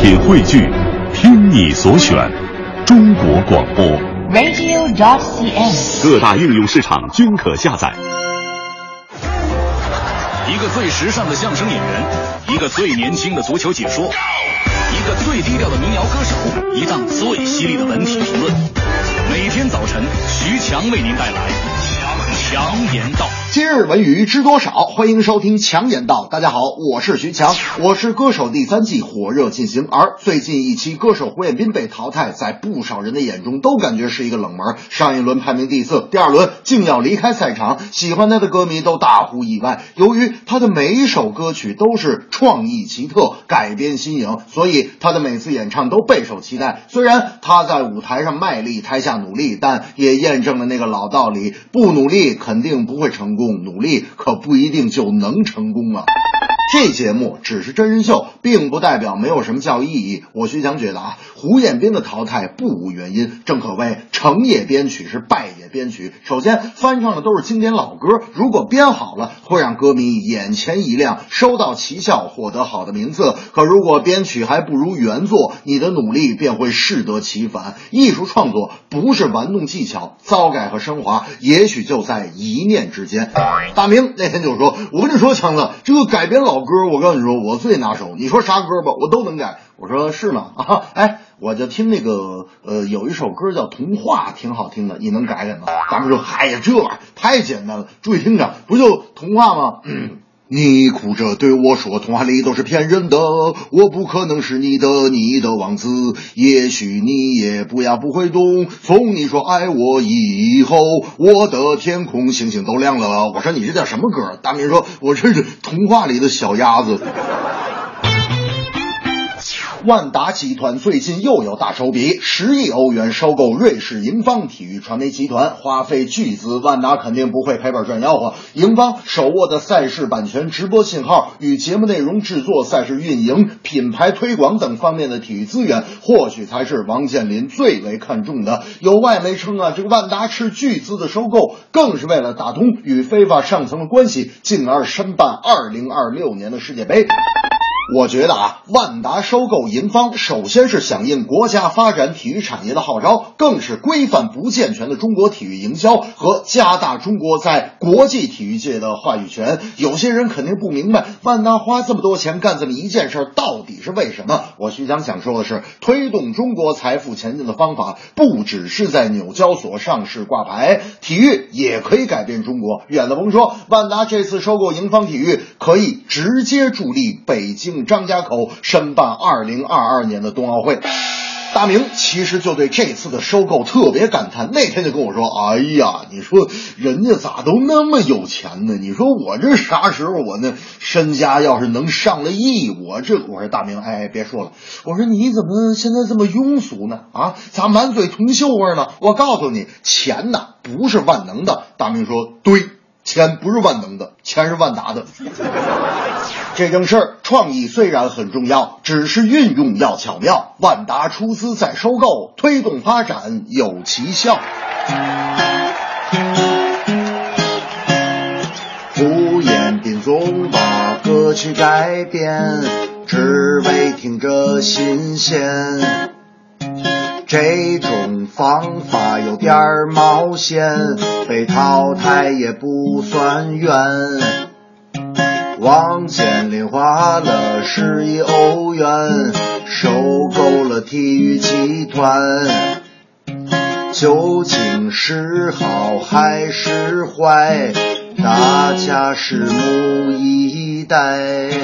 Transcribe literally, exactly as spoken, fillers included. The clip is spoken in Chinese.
品汇聚，听你所选，中国广播 radio dot c n， 各大应用市场均可下载。 一个最时尚的相声演员，一个最年轻的足球解说，一个最低调的民谣歌手，一档最犀利的文体评论。每天早晨，徐强为您带来强言道。 今日文娱知多少？欢迎收听强言道。大家好，我是徐强。我是歌手第三季火热进行，而最近一期歌手胡彦斌被淘汰，在不少人的眼中都感觉是一个冷门。上一轮排名第四，第二轮竟要离开赛场，喜欢他的歌迷都大呼意外。由于他的每一首歌曲都是创意奇特，改编新颖，所以他的每次演唱都备受期待。虽然他在舞台上卖力，台下努力，但也验证了那个老道理：不努力肯定不会成功，努力可不一定就能成功啊。这节目只是真人秀，并不代表没有什么教育意义。我徐强觉得啊，胡彦斌的淘汰不无原因，正可谓成也编曲，是败也编曲。首先，翻唱的都是经典老歌，如果编好了，会让歌迷眼前一亮，收到奇效，获得好的名次。可如果编曲还不如原作，你的努力便会适得其反。艺术创作不是玩弄技巧，糟改和升华也许就在一念之间。大明那天就说，我跟你说强子，这个改编老歌我告诉你说我最拿手，你说啥歌吧我都能改。我说是吗？啊，哎，我就听那个呃有一首歌叫童话，挺好听的，你能改改吗？咱们说嗨呀，这玩意儿太简单了，注意听着，不就童话吗？嗯，你哭着对我说，童话里都是骗人的，我不可能是你的你的王子，也许你也不呀不会懂，从你说爱我以后，我的天空星星都亮了。我说你这叫什么歌？大明说，我这是童话里的小鸭子。万达集团最近又有大手笔，十亿欧元收购瑞士盈方体育传媒集团，花费巨资，万达肯定不会赔本赚吆喝。盈方手握的赛事版权、直播信号与节目内容制作、赛事运营、品牌推广等方面的体育资源，或许才是王健林最为看重的。有外媒称啊，这个万达斥巨资的收购，更是为了打通与非法上层的关系，进而申办二零二六年的世界杯。我觉得啊，万达收购盈方，首先是响应国家发展体育产业的号召，更是规范不健全的中国体育营销和加大中国在国际体育界的话语权。有些人肯定不明白，万达花这么多钱干这么一件事到底是为什么？我徐强想说的是，推动中国财富前进的方法，不只是在纽交所上市挂牌，体育也可以改变中国。远的甭说，万达这次收购盈方体育，可以直接助力北京张家口申办二零二二年的冬奥会。大明其实就对这次的收购特别感叹，那天就跟我说，哎呀，你说人家咋都那么有钱呢？你说我这啥时候我那身家要是能上了亿，我这我说大明，哎，别说了，我说你怎么现在这么庸俗呢？啊，咋满嘴铜锈味呢？我告诉你，钱呐不是万能的。大明说，对，钱不是万能的，钱是万达的。这正是创意虽然很重要，只是运用要巧妙。万达出资再收购，推动发展有奇效。胡彦斌总把歌曲改编，只为听着新鲜。这种方法有点冒险，被淘汰也不算冤。王健林花了十亿欧元收购了体育集团，究竟是好还是坏，大家拭目以待。